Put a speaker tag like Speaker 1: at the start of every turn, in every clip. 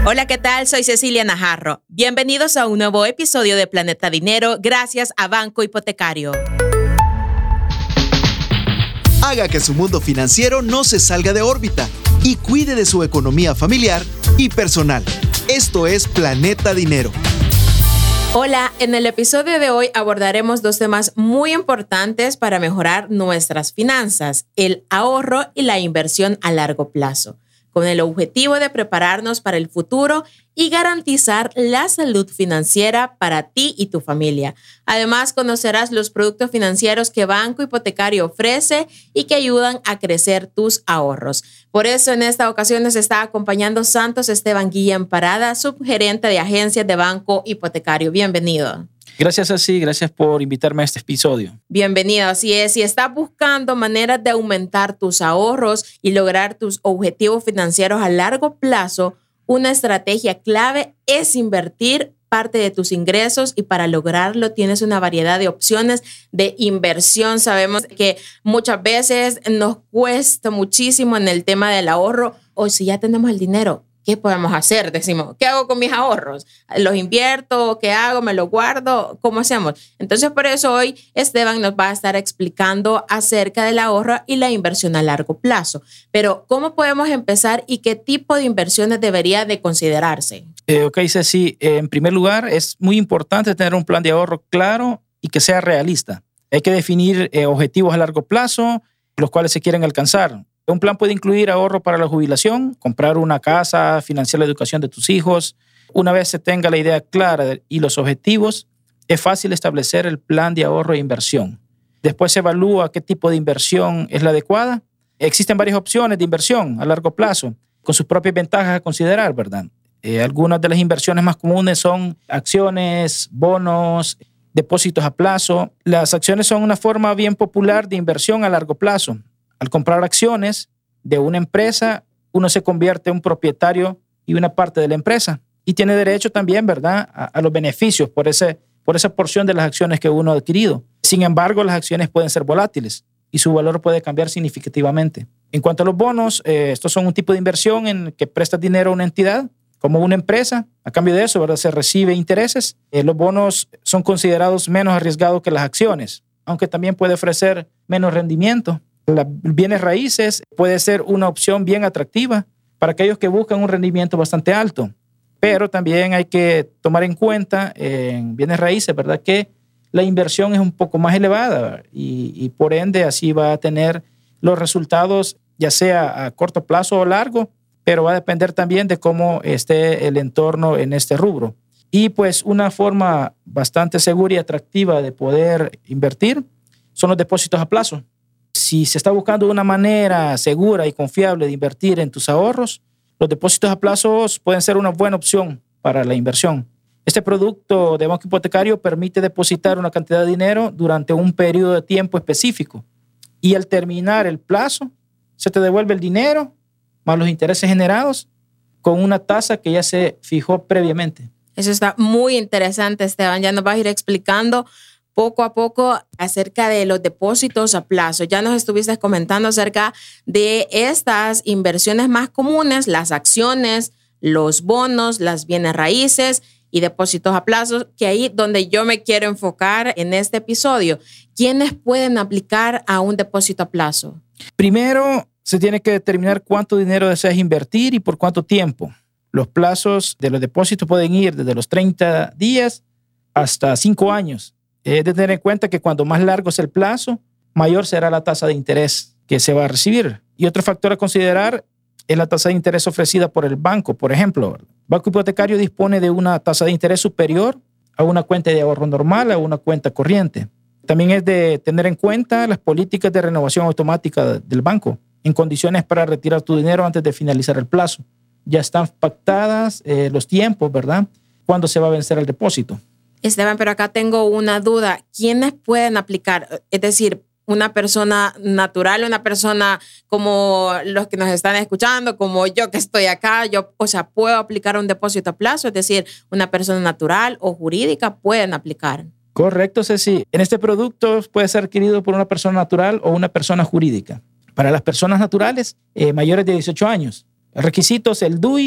Speaker 1: Hola, ¿qué tal? Soy Cecilia Najarro. Bienvenidos a un nuevo episodio de Planeta Dinero gracias a Banco Hipotecario.
Speaker 2: Haga que su mundo financiero no se salga de órbita y cuide de su economía familiar y personal. Esto es Planeta Dinero.
Speaker 1: Hola, en el episodio de hoy abordaremos dos temas muy importantes para mejorar nuestras finanzas: el ahorro y la inversión a largo plazo, con el objetivo de prepararnos para el futuro y garantizar la salud financiera para ti y tu familia. Además, conocerás los productos financieros que Banco Hipotecario ofrece y que ayudan a crecer tus ahorros. Por eso, en esta ocasión nos está acompañando Santos Esteban Guillén Parada, subgerente de agencias de Banco Hipotecario. Bienvenido.
Speaker 3: Gracias, Ceci. Gracias por invitarme a este episodio.
Speaker 1: Bienvenido. Así es. Si estás buscando maneras de aumentar tus ahorros y lograr tus objetivos financieros a largo plazo, una estrategia clave es invertir parte de tus ingresos, y para lograrlo tienes una variedad de opciones de inversión. Sabemos que muchas veces nos cuesta muchísimo en el tema del ahorro, o si ya tenemos el dinero, ¿qué podemos hacer? Decimos, ¿qué hago con mis ahorros? ¿Los invierto? ¿Qué hago? ¿Me los guardo? ¿Cómo hacemos? Entonces, por eso hoy Esteban nos va a estar explicando acerca del ahorro y la inversión a largo plazo. Pero, ¿cómo podemos empezar y qué tipo de inversiones debería de considerarse?
Speaker 3: Ok, Ceci. En primer lugar, es muy importante tener un plan de ahorro claro y que sea realista. Hay que definir objetivos a largo plazo, los cuales se quieren alcanzar. Un plan puede incluir ahorro para la jubilación, comprar una casa, financiar la educación de tus hijos. Una vez se tenga la idea clara y los objetivos, es fácil establecer el plan de ahorro e inversión. Después se evalúa qué tipo de inversión es la adecuada. Existen varias opciones de inversión a largo plazo, con sus propias ventajas a considerar, ¿verdad? Algunas de las inversiones más comunes son acciones, bonos, depósitos a plazo. Las acciones son una forma bien popular de inversión a largo plazo. Al comprar acciones de una empresa, uno se convierte en un propietario y una parte de la empresa. Y tiene derecho también, ¿verdad?, a los beneficios por esa porción de las acciones que uno ha adquirido. Sin embargo, las acciones pueden ser volátiles y su valor puede cambiar significativamente. En cuanto a los bonos, estos son un tipo de inversión en que prestas dinero a una entidad, como una empresa. A cambio de eso, ¿verdad?, se recibe intereses. Los bonos son considerados menos arriesgados que las acciones, aunque también puede ofrecer menos rendimiento. Las bienes raíces puede ser una opción bien atractiva para aquellos que buscan un rendimiento bastante alto, pero también hay que tomar en cuenta en bienes raíces, ¿verdad?, que la inversión es un poco más elevada y por ende así va a tener los resultados ya sea a corto plazo o largo, pero va a depender también de cómo esté el entorno en este rubro. Y pues una forma bastante segura y atractiva de poder invertir son los depósitos a plazo. Si se está buscando una manera segura y confiable de invertir en tus ahorros, los depósitos a plazo pueden ser una buena opción para la inversión. Este producto de Banco Hipotecario permite depositar una cantidad de dinero durante un periodo de tiempo específico y al terminar el plazo se te devuelve el dinero más los intereses generados con una tasa que ya se fijó previamente.
Speaker 1: Eso está muy interesante, Esteban. Ya nos vas a ir explicando poco a poco acerca de los depósitos a plazo. Ya nos estuviste comentando acerca de estas inversiones más comunes, las acciones, los bonos, las bienes raíces y depósitos a plazo, que ahí donde yo me quiero enfocar en este episodio. ¿Quiénes pueden aplicar a un depósito a plazo?
Speaker 3: Primero, se tiene que determinar cuánto dinero deseas invertir y por cuánto tiempo. Los plazos de los depósitos pueden ir desde los 30 días hasta 5 años. Es de tener en cuenta que cuando más largo es el plazo, mayor será la tasa de interés que se va a recibir. Y otro factor a considerar es la tasa de interés ofrecida por el banco. Por ejemplo, el Banco Hipotecario dispone de una tasa de interés superior a una cuenta de ahorro normal, a una cuenta corriente. También es de tener en cuenta las políticas de renovación automática del banco en condiciones para retirar tu dinero antes de finalizar el plazo. Ya están pactadas los tiempos, ¿verdad?, cuándo se va a vencer el depósito.
Speaker 1: Esteban, pero acá tengo una duda. ¿Quiénes pueden aplicar? Es decir, una persona natural, una persona como los que nos están escuchando, como yo que estoy acá, ¿puedo aplicar un depósito a plazo? Es decir, una persona natural o jurídica pueden aplicar.
Speaker 3: Correcto, Ceci. En este producto puede ser adquirido por una persona natural o una persona jurídica. Para las personas naturales, mayores de 18 años, requisitos: el DUI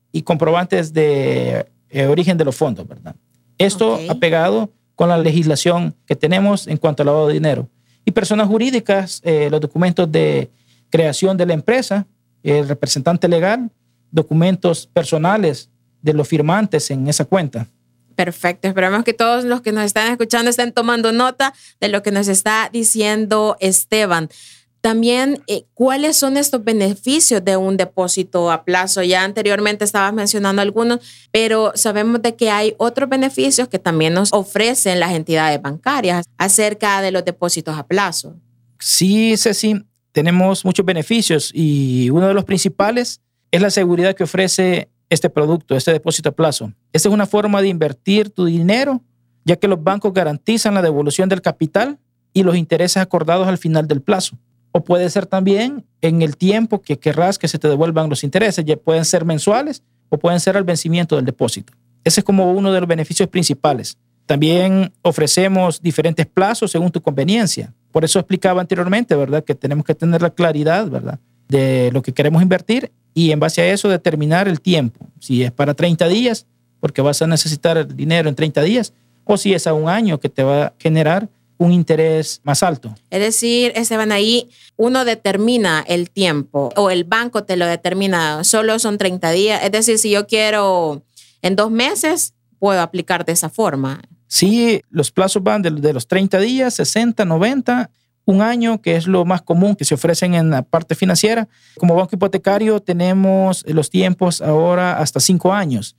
Speaker 3: y comprobantes de origen de los fondos, ¿verdad? Esto apegado con la legislación que tenemos en cuanto al lavado de dinero. Y personas jurídicas, los documentos de creación de la empresa, el representante legal, documentos personales de los firmantes en esa cuenta.
Speaker 1: Perfecto. Esperamos que todos los que nos están escuchando estén tomando nota de lo que nos está diciendo Esteban. También, ¿cuáles son estos beneficios de un depósito a plazo? Ya anteriormente estabas mencionando algunos, pero sabemos de que hay otros beneficios que también nos ofrecen las entidades bancarias acerca de los depósitos a plazo.
Speaker 3: Sí, Ceci, tenemos muchos beneficios y uno de los principales es la seguridad que ofrece este producto, este depósito a plazo. Esta es una forma de invertir tu dinero, ya que los bancos garantizan la devolución del capital y los intereses acordados al final del plazo. O puede ser también en el tiempo que querrás que se te devuelvan los intereses. Ya pueden ser mensuales o pueden ser al vencimiento del depósito. Ese es como uno de los beneficios principales. También ofrecemos diferentes plazos según tu conveniencia. Por eso explicaba anteriormente, ¿verdad?, que tenemos que tener la claridad, ¿verdad?, de lo que queremos invertir y en base a eso determinar el tiempo. Si es para 30 días, porque vas a necesitar el dinero en 30 días, o si es a un año que te va a generar un interés más alto.
Speaker 1: Es decir, Esteban, ahí uno determina el tiempo o el banco te lo determina, solo son 30 días. Es decir, si yo quiero en 2 meses, puedo aplicar de esa forma.
Speaker 3: Sí, los plazos van de los 30 días, 60, 90, un año, que es lo más común que se ofrecen en la parte financiera. Como banco hipotecario tenemos los tiempos ahora hasta 5 años.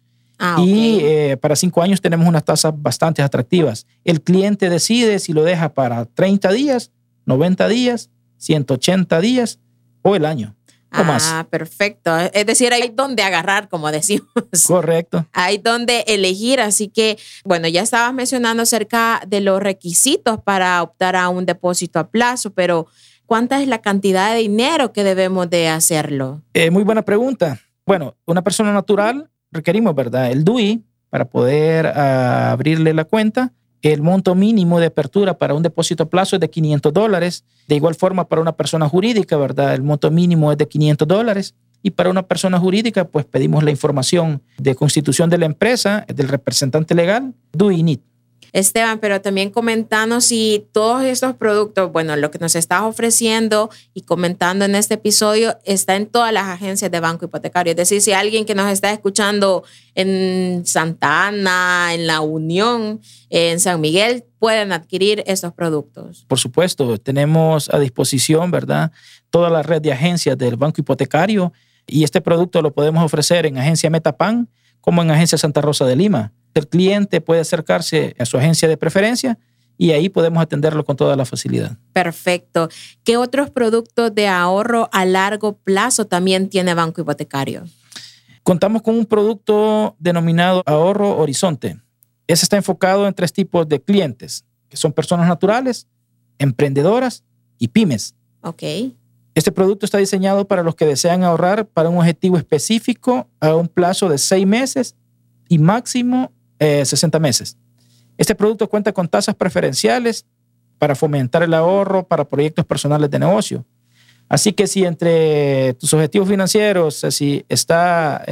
Speaker 3: Y para 5 años tenemos unas tasas bastante atractivas. El cliente decide si lo deja para 30 días, 90 días, 180 días o el año o más.
Speaker 1: Perfecto. Es decir, hay donde agarrar, como decimos.
Speaker 3: Correcto.
Speaker 1: Hay donde elegir. Así que, bueno, ya estabas mencionando acerca de los requisitos para optar a un depósito a plazo, pero ¿cuánta es la cantidad de dinero que debemos de hacerlo?
Speaker 3: Muy buena pregunta. Bueno, una persona natural requerimos, ¿verdad?, el DUI para poder abrirle la cuenta. El monto mínimo de apertura para un depósito a plazo es de $500. De igual forma, para una persona jurídica, ¿verdad?, el monto mínimo es de $500. Y para una persona jurídica, pues pedimos la información de constitución de la empresa, del representante legal, DUI y NIT.
Speaker 1: Esteban, pero también comentanos si todos estos productos, bueno, lo que nos estás ofreciendo y comentando en este episodio está en todas las agencias de banco hipotecario. Es decir, si alguien que nos está escuchando en Santa Ana, en La Unión, en San Miguel, pueden adquirir estos productos.
Speaker 3: Por supuesto, tenemos a disposición, ¿verdad?, toda la red de agencias del banco hipotecario y este producto lo podemos ofrecer en Agencia Metapan como en Agencia Santa Rosa de Lima. El cliente puede acercarse a su agencia de preferencia y ahí podemos atenderlo con toda la facilidad.
Speaker 1: Perfecto. ¿Qué otros productos de ahorro a largo plazo también tiene Banco Hipotecario?
Speaker 3: Contamos con un producto denominado Ahorro Horizonte. Ese está enfocado en 3 tipos de clientes, que son personas naturales, emprendedoras y pymes.
Speaker 1: Ok.
Speaker 3: Este producto está diseñado para los que desean ahorrar para un objetivo específico a un plazo de 6 meses y máximo 60 meses. Este producto cuenta con tasas preferenciales para fomentar el ahorro para proyectos personales de negocio. Así que si entre tus objetivos financieros está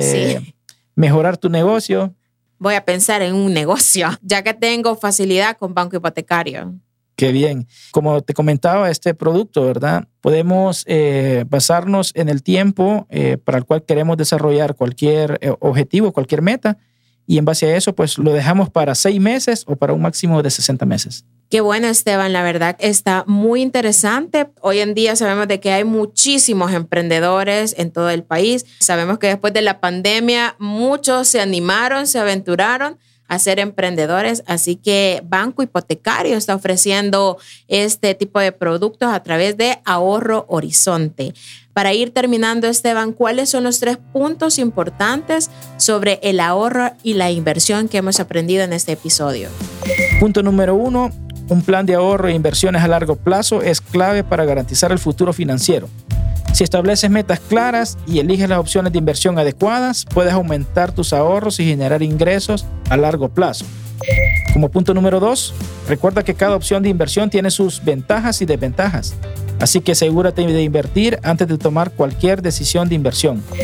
Speaker 3: mejorar tu negocio.
Speaker 1: Voy a pensar en un negocio, ya que tengo facilidad con Banco Hipotecario.
Speaker 3: Qué bien. Como te comentaba, este producto, ¿verdad?, podemos basarnos en el tiempo para el cual queremos desarrollar cualquier objetivo, cualquier meta, y en base a eso, pues lo dejamos para 6 meses o para un máximo de 60 meses.
Speaker 1: Qué bueno, Esteban. La verdad está muy interesante. Hoy en día sabemos de que hay muchísimos emprendedores en todo el país. Sabemos que después de la pandemia muchos se animaron, se aventuraron a ser emprendedores. Así que Banco Hipotecario está ofreciendo este tipo de productos a través de Ahorro Horizonte. Para ir terminando, Esteban, ¿cuáles son los 3 puntos importantes sobre el ahorro y la inversión que hemos aprendido en este episodio?
Speaker 3: Punto número 1, un plan de ahorro e inversiones a largo plazo es clave para garantizar el futuro financiero. Si estableces metas claras y eliges las opciones de inversión adecuadas, puedes aumentar tus ahorros y generar ingresos a largo plazo. Como punto número 2, recuerda que cada opción de inversión tiene sus ventajas y desventajas. Así que asegúrate de invertir antes de tomar cualquier decisión de inversión.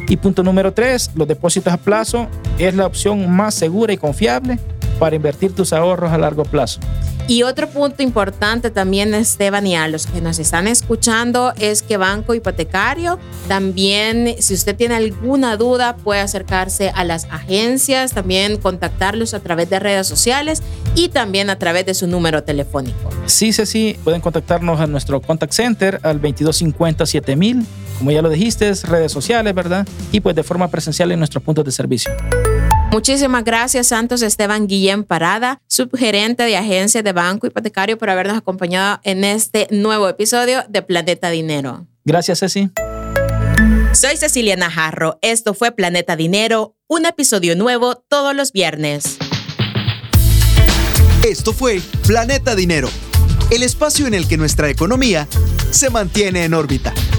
Speaker 3: Y punto número 3, los depósitos a plazo es la opción más segura y confiable para invertir tus ahorros a largo plazo.
Speaker 1: Y otro punto importante también, Esteban, y a los que nos están escuchando, es que Banco Hipotecario también, si usted tiene alguna duda, puede acercarse a las agencias, también contactarlos a través de redes sociales y también a través de su número telefónico.
Speaker 3: Sí, Ceci, pueden contactarnos a nuestro contact center al 2250-7000, como ya lo dijiste, redes sociales, ¿verdad? Y pues de forma presencial en nuestros puntos de servicio.
Speaker 1: Muchísimas gracias, Santos Esteban Guillén Parada, subgerente de agencia de Banco Hipotecario, por habernos acompañado en este nuevo episodio de Planeta Dinero.
Speaker 3: Gracias, Ceci.
Speaker 1: Soy Cecilia Najarro. Esto fue Planeta Dinero, un episodio nuevo todos los viernes.
Speaker 2: Esto fue Planeta Dinero, el espacio en el que nuestra economía se mantiene en órbita.